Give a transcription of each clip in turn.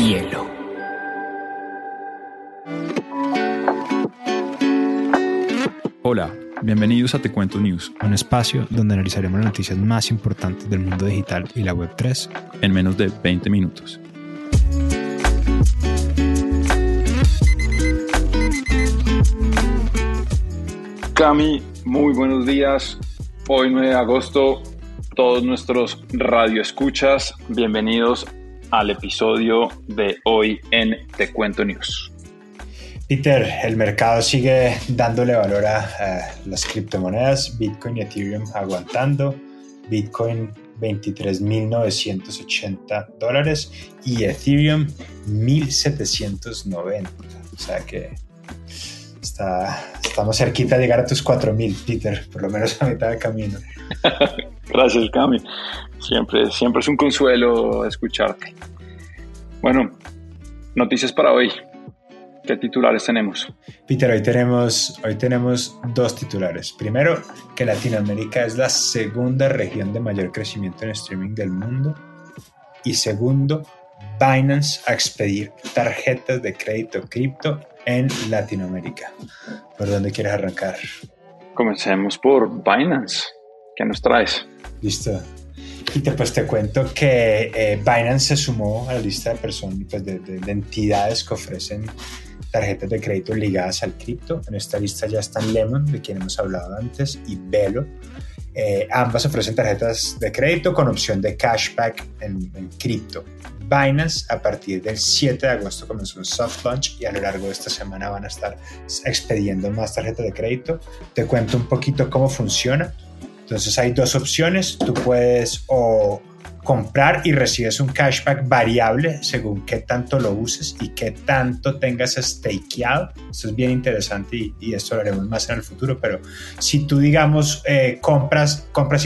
hielo. Hola, bienvenidos a Te Cuento News, un espacio donde analizaremos las noticias más importantes del mundo digital y la Web3 en menos de 20 minutos. Cami, muy buenos días. Hoy 9 de agosto, todos nuestros radioescuchas, bienvenidos al episodio de hoy en Te Cuento News. Peter, el mercado sigue dándole valor a las criptomonedas, Bitcoin y Ethereum aguantando, Bitcoin $23,980 y Ethereum 1,790. O sea que estamos cerquita de llegar a tus 4,000, Peter, por lo menos a mitad de camino. Gracias, Cami. Siempre es un consuelo escucharte. Bueno, noticias para hoy. ¿Qué titulares tenemos? Peter, hoy tenemos dos titulares. Primero, que Latinoamérica es la segunda región de mayor crecimiento en streaming del mundo. Y segundo, Binance a expedir tarjetas de crédito cripto en Latinoamérica. ¿Por dónde quieres arrancar? Comencemos por Binance. ¿Qué nos traes? Listo. Y pues te cuento que Binance se sumó a la lista de personas, pues de entidades que ofrecen tarjetas de crédito ligadas al cripto. En esta lista ya están Lemon, de quien hemos hablado antes, y Velo. Ambas ofrecen tarjetas de crédito con opción de cashback en cripto. Binance, a partir del 7 de agosto, comenzó un soft launch y a lo largo de esta semana van a estar expediendo más tarjetas de crédito. Te cuento un poquito cómo funciona. Entonces hay dos opciones. Tú puedes o comprar y recibes un cashback variable según qué tanto lo uses y qué tanto tengas stakeado. Esto es bien interesante y esto lo haremos más en el futuro, pero si tú, digamos, compras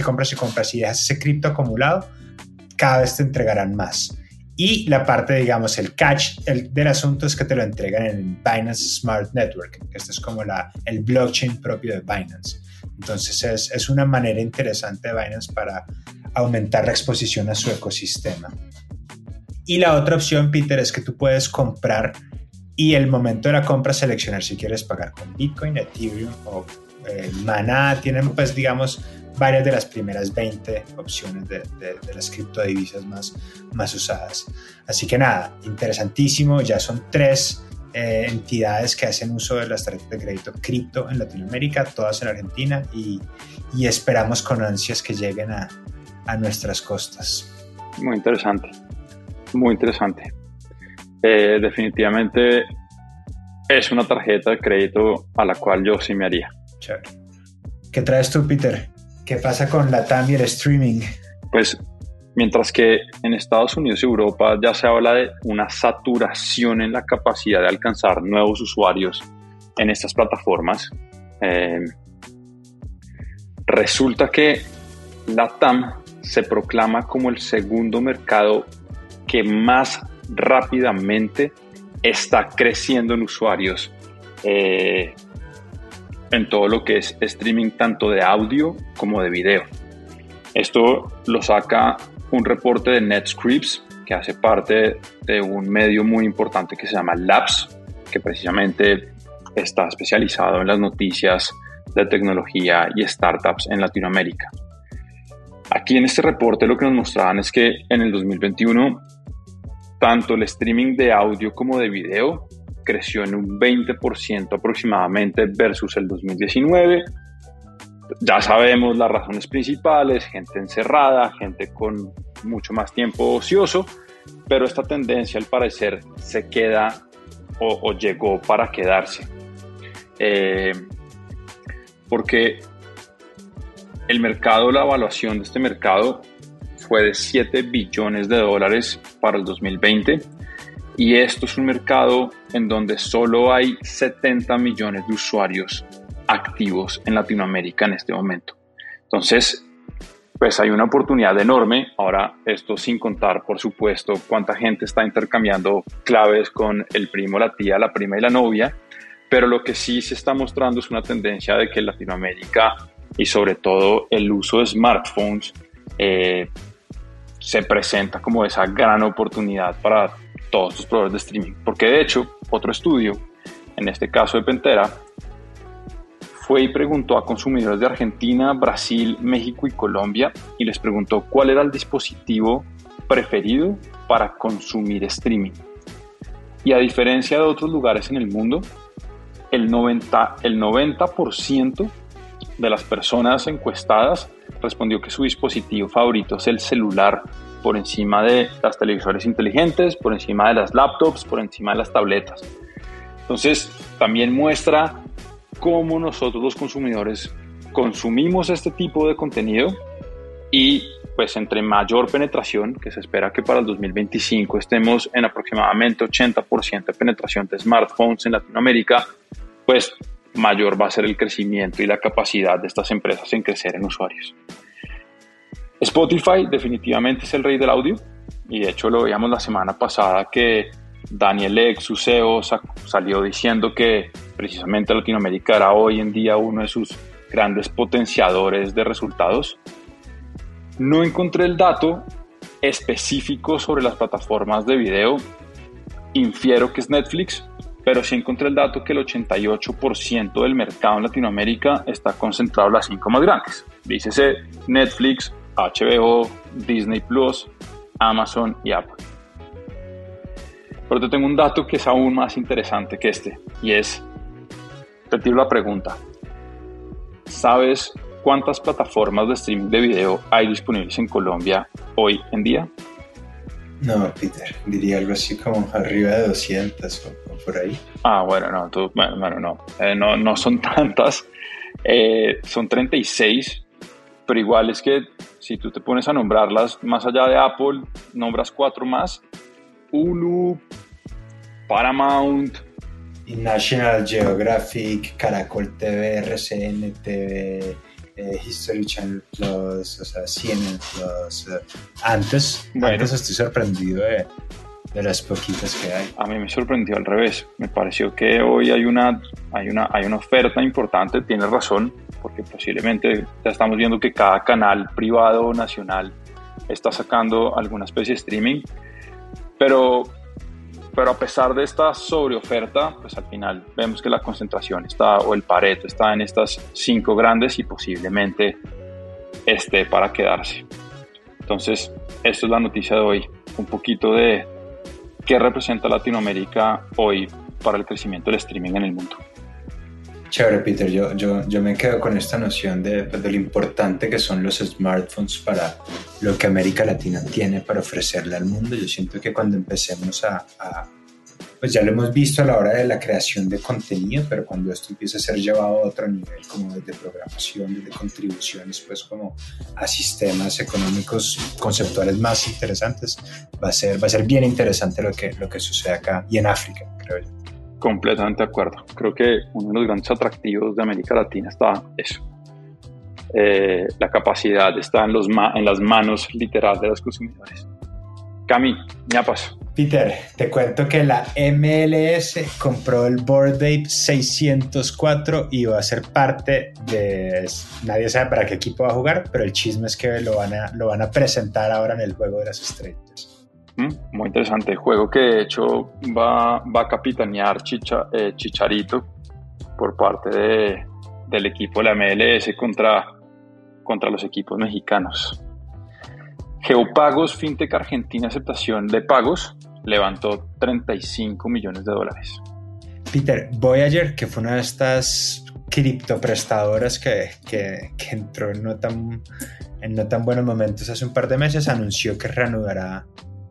y dejas ese cripto acumulado, cada vez te entregarán más. Y la parte, digamos, el catch del asunto es que te lo entregan en Binance Smart Network, que este es como el blockchain propio de Binance. Entonces es una manera interesante de Binance para aumentar la exposición a su ecosistema. Y la otra opción, Peter, es que tú puedes comprar y el momento de la compra seleccionar si quieres pagar con Bitcoin, Ethereum o Mana. Tienen, pues, digamos, varias de las primeras 20 opciones de las criptodivisas más usadas. Así que nada, interesantísimo. Ya son 3 entidades que hacen uso de las tarjetas de crédito cripto en Latinoamérica, todas en Argentina, y esperamos con ansias que lleguen a nuestras costas. Muy interesante, muy interesante. Definitivamente es una tarjeta de crédito a la cual yo sí me haría. Chévere. ¿Qué traes tú, Peter? ¿Qué pasa con LATAM y el streaming? Pues mientras que en Estados Unidos y Europa ya se habla de una saturación en la capacidad de alcanzar nuevos usuarios en estas plataformas, resulta que LATAM se proclama como el segundo mercado que más rápidamente está creciendo en usuarios en todo lo que es streaming, tanto de audio como de video. Esto lo saca un reporte de NetScripts, que hace parte de un medio muy importante que se llama Labs, que precisamente está especializado en las noticias de tecnología y startups en Latinoamérica. Aquí en este reporte lo que nos mostraban es que en el 2021 tanto el streaming de audio como de video creció en un 20% aproximadamente versus el 2019. Ya sabemos las razones principales: gente encerrada, gente con mucho más tiempo ocioso, pero esta tendencia al parecer se queda o llegó para quedarse. Porque el mercado, la evaluación de este mercado fue de $7 billones para el 2020, y esto es un mercado en donde solo hay 70 millones de usuarios activos en Latinoamérica en este momento. Entonces, pues hay una oportunidad enorme. Ahora, esto sin contar, por supuesto, cuánta gente está intercambiando claves con el primo, la tía, la prima y la novia, pero lo que sí se está mostrando es una tendencia de que Latinoamérica, y sobre todo el uso de smartphones, se presenta como esa gran oportunidad para todos estos proveedores de streaming. Porque de hecho, otro estudio, en este caso de Pentera, fue y preguntó a consumidores de Argentina, Brasil, México y Colombia y les preguntó cuál era el dispositivo preferido para consumir streaming. Y a diferencia de otros lugares en el mundo, el 90% de las personas encuestadas respondió que su dispositivo favorito es el celular por encima de las televisores inteligentes, por encima de las laptops, por encima de las tabletas. Entonces, también muestra cómo nosotros los consumidores consumimos este tipo de contenido y pues entre mayor penetración, que se espera que para el 2025 estemos en aproximadamente 80% de penetración de smartphones en Latinoamérica, pues mayor va a ser el crecimiento y la capacidad de estas empresas en crecer en usuarios. Spotify definitivamente es el rey del audio y de hecho lo veíamos la semana pasada que Daniel Ek, su CEO, salió diciendo que precisamente Latinoamérica era hoy en día uno de sus grandes potenciadores de resultados. No encontré el dato específico sobre las plataformas de video, infiero que es Netflix, pero sí encontré el dato que el 88% del mercado en Latinoamérica está concentrado en las 5 más grandes. Dícese Netflix, HBO, Disney Plus, Amazon y Apple. Pero te tengo un dato que es aún más interesante que este, y es, te tiro la pregunta, ¿sabes cuántas plataformas de streaming de video hay disponibles en Colombia hoy en día? No, Peter, diría algo así como arriba de 200 o por ahí. Bueno, no son tantas, son 36, pero igual es que si tú te pones a nombrarlas, más allá de Apple, nombras 4 más, Hulu, Paramount, y National Geographic, Caracol TV, RCN TV, History Channel Plus, o sea, CNN Plus. Antes estoy sorprendido de las poquitas que hay. A mí me sorprendió al revés. Me pareció que hoy hay una oferta importante. Tienes razón, porque posiblemente ya estamos viendo que cada canal privado o nacional está sacando alguna especie de streaming. Pero a pesar de esta sobreoferta, pues al final vemos que la concentración está, o el Pareto está en estas 5 grandes y posiblemente esté para quedarse. Entonces, esto es la noticia de hoy. Un poquito de qué representa Latinoamérica hoy para el crecimiento del streaming en el mundo. Chévere, Peter. Yo me quedo con esta noción de lo importante que son los smartphones para lo que América Latina tiene para ofrecerle al mundo. Yo siento que cuando empecemos pues ya lo hemos visto a la hora de la creación de contenido, pero cuando esto empieza a ser llevado a otro nivel, como desde programación, desde contribuciones, pues como a sistemas económicos conceptuales más interesantes, va a ser bien interesante lo que sucede acá y en África, creo yo. Completamente de acuerdo. Creo que uno de los grandes atractivos de América Latina está eso. La capacidad está en las manos literal de los consumidores. Cami, ñapas. Peter, te cuento que la MLS compró el Bored Ape 604 y va a ser parte de... Nadie sabe para qué equipo va a jugar, pero el chisme es que lo van a presentar ahora en el Juego de las Estrellas. Muy interesante juego que de hecho va a capitanear Chicharito por parte del equipo de la MLS contra los equipos mexicanos. Geopagos, fintech argentina, aceptación de pagos, levantó $35 millones. Peter, Voyager, que fue una de estas criptoprestadoras que entró en no tan buenos momentos hace un par de meses, anunció que reanudará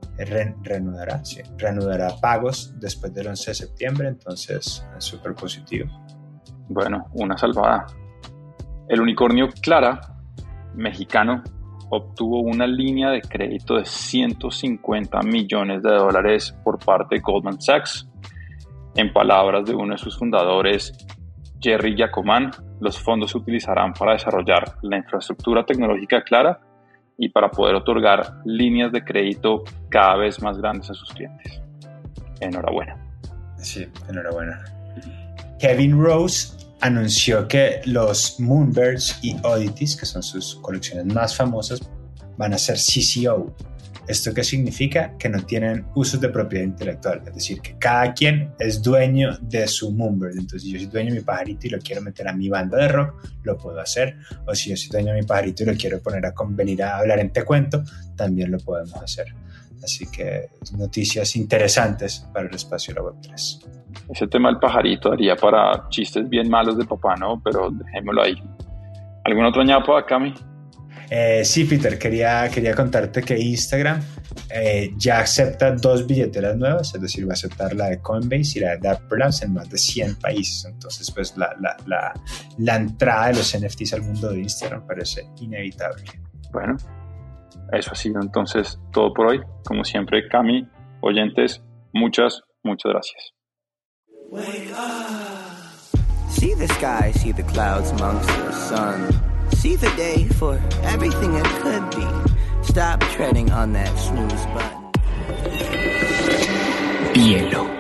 pagos después del 11 de septiembre, entonces es súper positivo. Bueno, una salvada. El unicornio Clara, mexicano, obtuvo una línea de crédito de $150 millones por parte de Goldman Sachs. En palabras de uno de sus fundadores, Jerry Giacomán, los fondos se utilizarán para desarrollar la infraestructura tecnológica Clara y para poder otorgar líneas de crédito cada vez más grandes a sus clientes. Enhorabuena. Sí, enhorabuena. Kevin Rose anunció que los Moonbirds y Oddities, que son sus colecciones más famosas, van a ser CCO. ¿Esto qué significa? Que no tienen usos de propiedad intelectual, es decir, que cada quien es dueño de su Moonbird. Entonces, si yo soy dueño de mi pajarito y lo quiero meter a mi banda de rock, lo puedo hacer. O si yo soy dueño de mi pajarito y lo quiero poner a venir a hablar en Te Cuento, también lo podemos hacer. Así que noticias interesantes para el espacio de la Web3. Ese tema del pajarito daría para chistes bien malos de papá, ¿no? Pero dejémoslo ahí. ¿Algún otro ñapo, Cami? Sí, Peter, quería contarte que Instagram ya acepta 2 billeteras nuevas, es decir, va a aceptar la de Coinbase y la de Dapper en más de 100 países. Entonces, pues la entrada de los NFTs al mundo de Instagram parece inevitable. Bueno, eso ha sido entonces todo por hoy. Como siempre, Cami, oyentes, muchas gracias. Wake up. See the sky, see the clouds amongst the sun. See the day for everything it could be. Stop treading on that snooze button. Hielo.